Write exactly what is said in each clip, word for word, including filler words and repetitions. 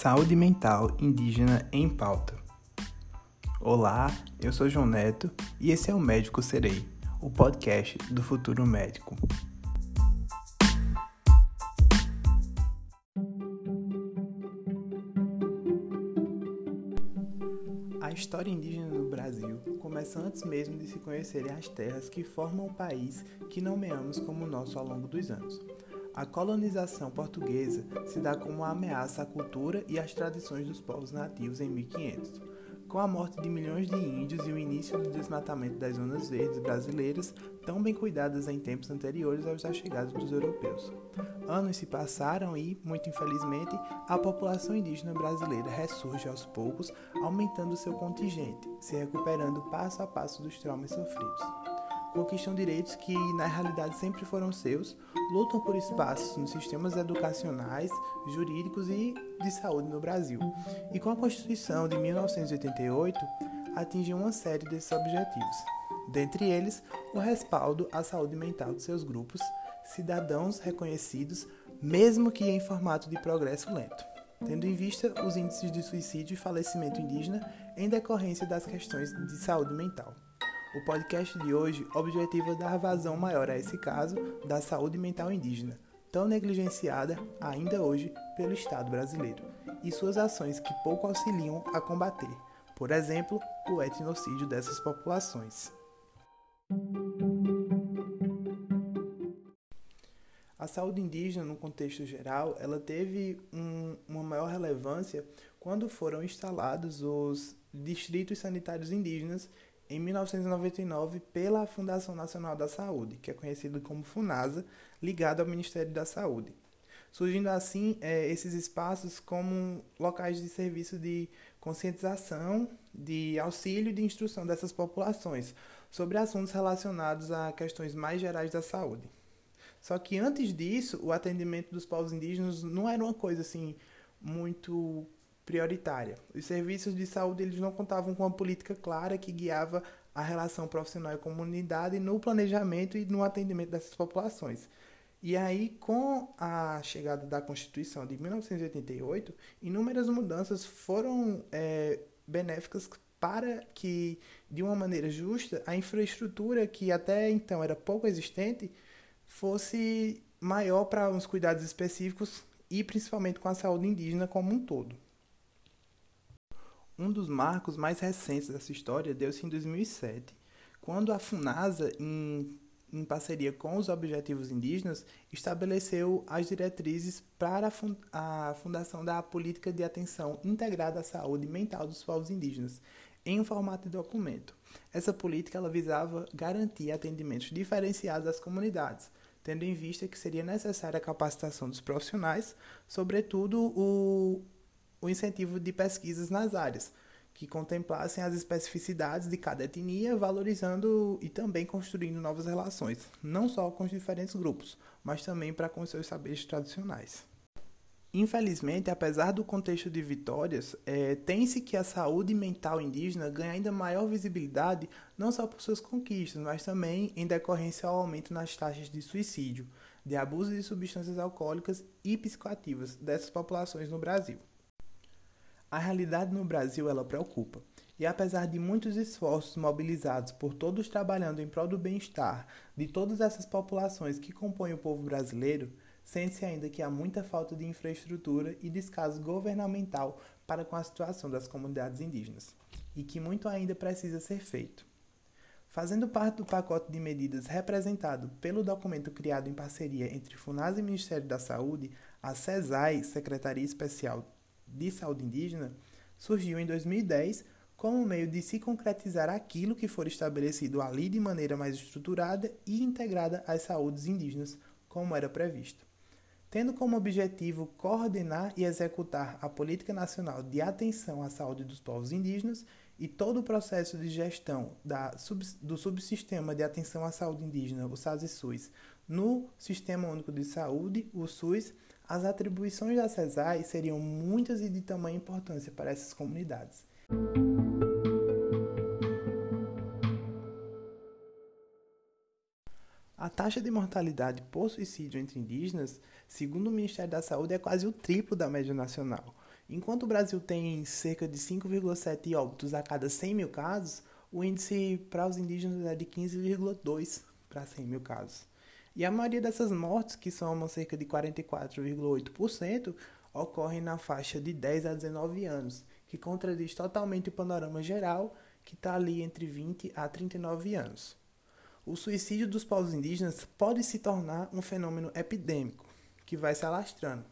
Saúde mental indígena em pauta. Olá, eu sou João Neto e esse é o Médico Serei, o podcast do futuro médico. A história indígena no Brasil começa antes mesmo de se conhecerem as terras que formam o país que nomeamos como nosso ao longo dos anos. A colonização portuguesa se dá como uma ameaça à cultura e às tradições dos povos nativos em mil e quinhentos. Com a morte de milhões de índios e o início do desmatamento das zonas verdes brasileiras, tão bem cuidadas em tempos anteriores aos da chegada dos europeus. Anos se passaram e, muito infelizmente, a população indígena brasileira ressurge aos poucos, aumentando seu contingente, se recuperando passo a passo dos traumas sofridos. Conquistam direitos que, na realidade, sempre foram seus, lutam por espaços nos sistemas educacionais, jurídicos e de saúde no Brasil. E com a Constituição de mil novecentos e oitenta e oito, atingem uma série desses objetivos. Dentre eles, o respaldo à saúde mental de seus grupos, cidadãos reconhecidos, mesmo que em formato de progresso lento, tendo em vista os índices de suicídio e falecimento indígena em decorrência das questões de saúde mental. O podcast de hoje objetiva dar vazão maior a esse caso da saúde mental indígena, tão negligenciada ainda hoje pelo Estado brasileiro, e suas ações que pouco auxiliam a combater, por exemplo, o etnocídio dessas populações. A saúde indígena, no contexto geral, ela teve um, uma maior relevância quando foram instalados os distritos sanitários indígenas em mil novecentos e noventa e nove pela Fundação Nacional da Saúde, que é conhecido como FUNASA, ligado ao Ministério da Saúde. Surgindo assim é, esses espaços como locais de serviço de conscientização, de auxílio e de instrução dessas populações sobre assuntos relacionados a questões mais gerais da saúde. Só que antes disso, o atendimento dos povos indígenas não era uma coisa assim muito prioritária. Os serviços de saúde eles não contavam com uma política clara que guiava a relação profissional e comunidade no planejamento e no atendimento dessas populações. E aí, com a chegada da Constituição de mil novecentos e oitenta e oito, inúmeras mudanças foram é, benéficas para que, de uma maneira justa, a infraestrutura que até então era pouco existente fosse maior para uns cuidados específicos e principalmente com a saúde indígena como um todo. Um dos marcos mais recentes dessa história deu-se em dois mil e sete, quando a FUNASA, em, em parceria com os Objetivos Indígenas, estabeleceu as diretrizes para a fundação da Política de Atenção Integrada à Saúde Mental dos Povos Indígenas, em um formato de documento. Essa política ela visava garantir atendimentos diferenciados às comunidades, tendo em vista que seria necessária a capacitação dos profissionais, sobretudo o o incentivo de pesquisas nas áreas, que contemplassem as especificidades de cada etnia, valorizando e também construindo novas relações, não só com os diferentes grupos, mas também para com os seus saberes tradicionais. Infelizmente, apesar do contexto de vitórias, é, tem-se que a saúde mental indígena ganha ainda maior visibilidade, não só por suas conquistas, mas também em decorrência ao aumento nas taxas de suicídio, de abuso de substâncias alcoólicas e psicoativas dessas populações no Brasil. A realidade no Brasil ela preocupa, e apesar de muitos esforços mobilizados por todos trabalhando em prol do bem-estar de todas essas populações que compõem o povo brasileiro, sente-se ainda que há muita falta de infraestrutura e descaso governamental para com a situação das comunidades indígenas, e que muito ainda precisa ser feito. Fazendo parte do pacote de medidas representado pelo documento criado em parceria entre FUNASA e Ministério da Saúde, a SESAI, Secretaria Especial de Saúde Indígena, surgiu em dois mil e dez como meio de se concretizar aquilo que for estabelecido ali de maneira mais estruturada e integrada às saúdes indígenas, como era previsto. Tendo como objetivo coordenar e executar a Política Nacional de Atenção à Saúde dos Povos Indígenas e todo o processo de gestão da, do Subsistema de Atenção à Saúde Indígena, o SASI-SUS, no Sistema Único de Saúde, o SUS, as atribuições da SESAI seriam muitas e de tamanha importância para essas comunidades. A taxa de mortalidade por suicídio entre indígenas, segundo o Ministério da Saúde, é quase o triplo da média nacional. Enquanto o Brasil tem cerca de cinco vírgula sete óbitos a cada cem mil casos, o índice para os indígenas é de quinze vírgula dois para cem mil casos. E a maioria dessas mortes, que somam cerca de quarenta e quatro vírgula oito por cento, ocorrem na faixa de dez a dezenove anos, que contradiz totalmente o panorama geral, que está ali entre vinte a trinta e nove anos. O suicídio dos povos indígenas pode se tornar um fenômeno epidêmico, que vai se alastrando.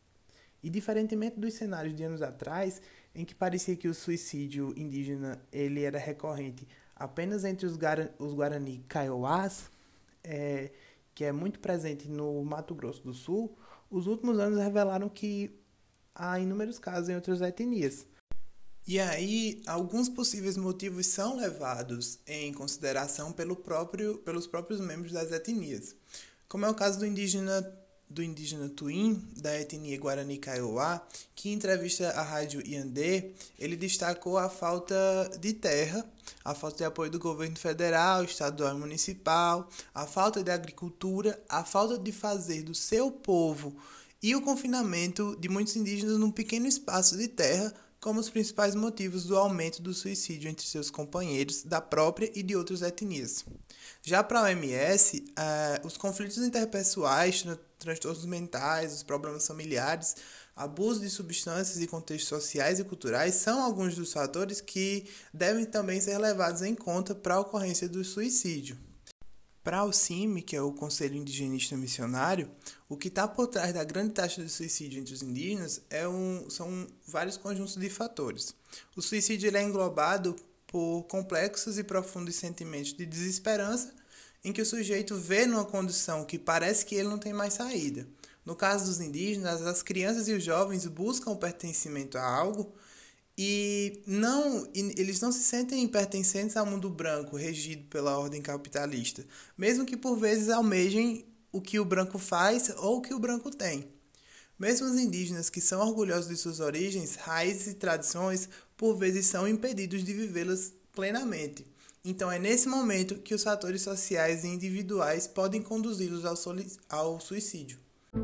E diferentemente dos cenários de anos atrás, em que parecia que o suicídio indígena ele era recorrente apenas entre os, Gara, os Guarani Kaiowás, é, que é muito presente no Mato Grosso do Sul, os últimos anos revelaram que há inúmeros casos em outras etnias. E aí, alguns possíveis motivos são levados em consideração pelo próprio, pelos próprios membros das etnias, como é o caso do indígena do indígena Tuim, da etnia Guarani Kaiowá, que em entrevista à rádio Iandê, ele destacou a falta de terra, a falta de apoio do governo federal, estadual e municipal, a falta de agricultura, a falta de fazer do seu povo e o confinamento de muitos indígenas num pequeno espaço de terra como os principais motivos do aumento do suicídio entre seus companheiros da própria e de outras etnias. Já para a O M S, eh, os conflitos interpessoais, tra- transtornos mentais, os problemas familiares, abuso de substâncias e contextos sociais e culturais são alguns dos fatores que devem também ser levados em conta para a ocorrência do suicídio. Para o C I M, que é o Conselho Indigenista Missionário, o que está por trás da grande taxa de suicídio entre os indígenas é um, são vários conjuntos de fatores. O suicídio ele é englobado por complexos e profundos sentimentos de desesperança, em que o sujeito vê numa condição que parece que ele não tem mais saída. No caso dos indígenas, as crianças e os jovens buscam o pertencimento a algo e não, eles não se sentem pertencentes ao mundo branco, regido pela ordem capitalista, mesmo que por vezes almejem o que o branco faz ou o que o branco tem. Mesmo os indígenas que são orgulhosos de suas origens, raízes e tradições, por vezes são impedidos de vivê-las plenamente. Então é nesse momento que os fatores sociais e individuais podem conduzi-los ao, soli- ao suicídio.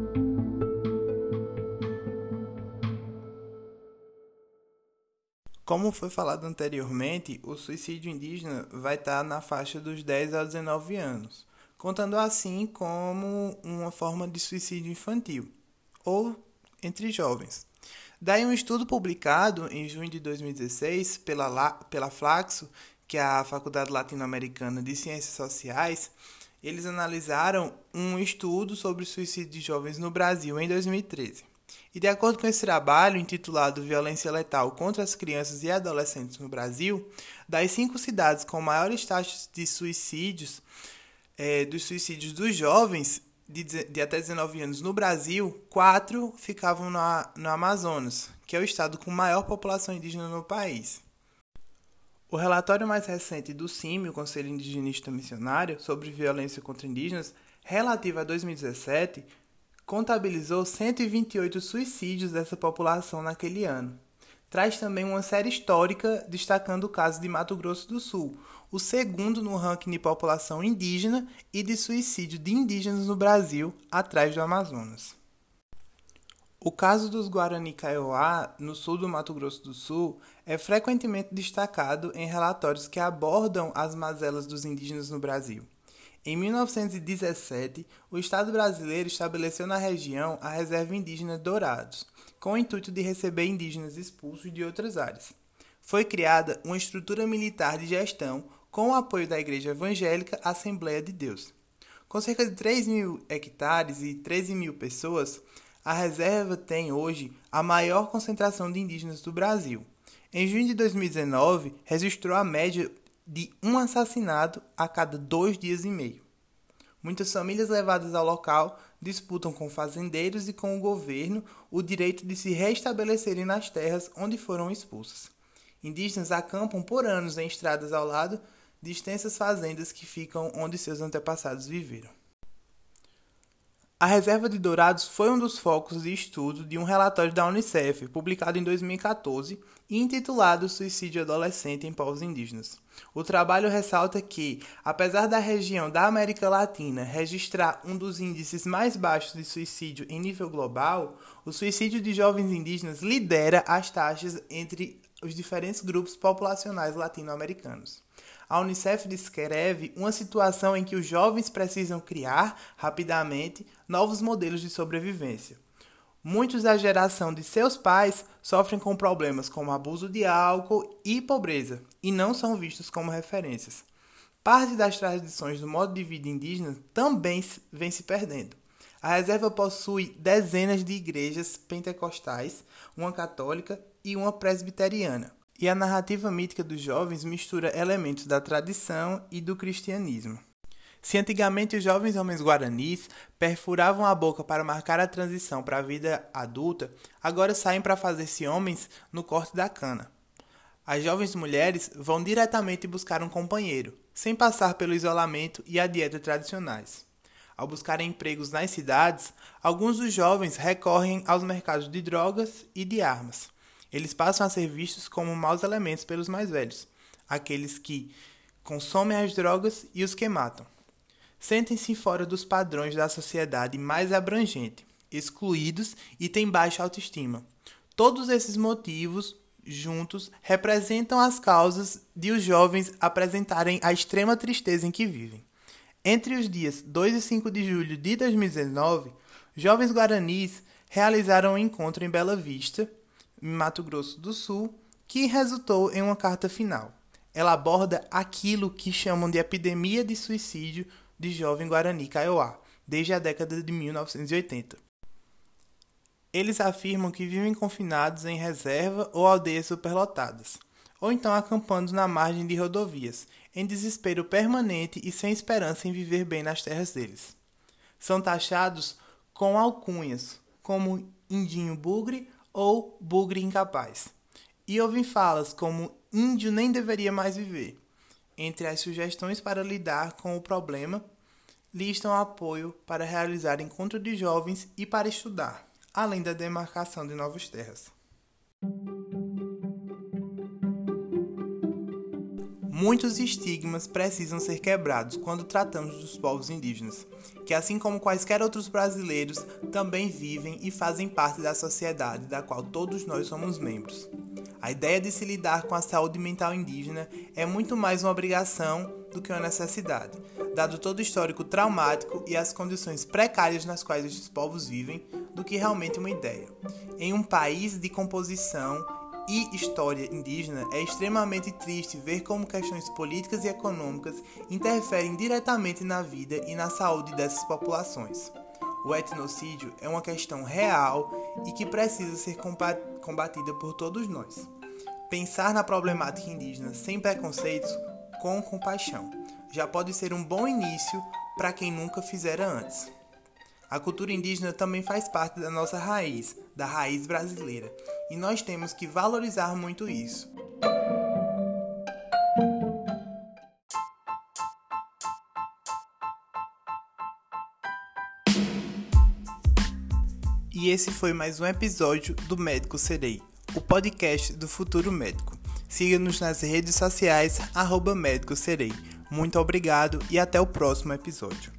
Como foi falado anteriormente, o suicídio indígena vai estar na faixa dos dez a dezenove anos, contando assim como uma forma de suicídio infantil, ou entre jovens. Daí um estudo publicado em junho de dois mil e dezesseis pela, La, pela Flaxo, que é a Faculdade Latino-Americana de Ciências Sociais, eles analisaram um estudo sobre o suicídio de jovens no Brasil em dois mil e treze. E de acordo com esse trabalho, intitulado Violência Letal contra as Crianças e Adolescentes no Brasil, das cinco cidades com maiores taxas de suicídios, é, dos suicídios dos jovens de, de até dezenove anos no Brasil, quatro ficavam na, no Amazonas, que é o estado com maior população indígena no país. O relatório mais recente do C I M, o Conselho Indigenista Missionário, sobre violência contra indígenas, relativo a dois mil e dezessete, contabilizou cento e vinte e oito suicídios dessa população naquele ano. Traz também uma série histórica destacando o caso de Mato Grosso do Sul, o segundo no ranking de população indígena e de suicídio de indígenas no Brasil, atrás do Amazonas. O caso dos Guarani Kaiowá, no sul do Mato Grosso do Sul, é frequentemente destacado em relatórios que abordam as mazelas dos indígenas no Brasil. Em mil novecentos e dezessete, o Estado brasileiro estabeleceu na região a Reserva Indígena Dourados, com o intuito de receber indígenas expulsos de outras áreas. Foi criada uma estrutura militar de gestão com o apoio da Igreja Evangélica Assembleia de Deus. Com cerca de três mil hectares e treze mil pessoas, a reserva tem hoje a maior concentração de indígenas do Brasil. Em junho de dois mil e dezenove, registrou a média de um assassinato a cada dois dias e meio. Muitas famílias levadas ao local disputam com fazendeiros e com o governo o direito de se restabelecerem nas terras onde foram expulsas. Indígenas acampam por anos em estradas ao lado de extensas fazendas que ficam onde seus antepassados viveram. A reserva de Dourados foi um dos focos de estudo de um relatório da Unicef, publicado em dois mil e catorze e intitulado Suicídio Adolescente em Povos Indígenas. O trabalho ressalta que, apesar da região da América Latina registrar um dos índices mais baixos de suicídio em nível global, o suicídio de jovens indígenas lidera as taxas entre os diferentes grupos populacionais latino-americanos. A Unicef descreve uma situação em que os jovens precisam criar, rapidamente, novos modelos de sobrevivência. Muitos da geração de seus pais sofrem com problemas como abuso de álcool e pobreza, e não são vistos como referências. Parte das tradições do modo de vida indígena também vem se perdendo. A reserva possui dezenas de igrejas pentecostais, uma católica e uma presbiteriana. E a narrativa mítica dos jovens mistura elementos da tradição e do cristianismo. Se antigamente os jovens homens guaranis perfuravam a boca para marcar a transição para a vida adulta, agora saem para fazer-se homens no corte da cana. As jovens mulheres vão diretamente buscar um companheiro, sem passar pelo isolamento e a dieta tradicionais. Ao buscarem empregos nas cidades, alguns dos jovens recorrem aos mercados de drogas e de armas. Eles passam a ser vistos como maus elementos pelos mais velhos, aqueles que consomem as drogas e os que matam. Sentem-se fora dos padrões da sociedade mais abrangente, excluídos e têm baixa autoestima. Todos esses motivos, juntos, representam as causas de os jovens apresentarem a extrema tristeza em que vivem. Entre os dias dois e cinco de julho de dois mil e dezenove, jovens guaranis realizaram um encontro em Bela Vista, em Mato Grosso do Sul, que resultou em uma carta final. Ela aborda aquilo que chamam de epidemia de suicídio de jovem Guarani Kaiowá, desde a década de mil novecentos e oitenta. Eles afirmam que vivem confinados em reserva ou aldeias superlotadas, ou então acampando na margem de rodovias, em desespero permanente e sem esperança em viver bem nas terras deles. São taxados com alcunhas, como Indinho Bugre ou Bugre Incapaz, e ouvem falas como índio nem deveria mais viver. Entre as sugestões para lidar com o problema, listam apoio para realizar encontro de jovens e para estudar, além da demarcação de novas terras. Muitos estigmas precisam ser quebrados quando tratamos dos povos indígenas, que assim como quaisquer outros brasileiros, também vivem e fazem parte da sociedade da qual todos nós somos membros. A ideia de se lidar com a saúde mental indígena é muito mais uma obrigação do que uma necessidade, dado todo o histórico traumático e as condições precárias nas quais estes povos vivem, do que realmente uma ideia. Em um país de composição e história indígena, é extremamente triste ver como questões políticas e econômicas interferem diretamente na vida e na saúde dessas populações. O etnocídio é uma questão real e que precisa ser combatida por todos nós. Pensar na problemática indígena sem preconceitos, com compaixão, já pode ser um bom início para quem nunca fizera antes. A cultura indígena também faz parte da nossa raiz, da raiz brasileira, e nós temos que valorizar muito isso. E esse foi mais um episódio do Médico Serei, o podcast do futuro médico. Siga-nos nas redes sociais, arroba Médico Serei. Muito obrigado e até o próximo episódio.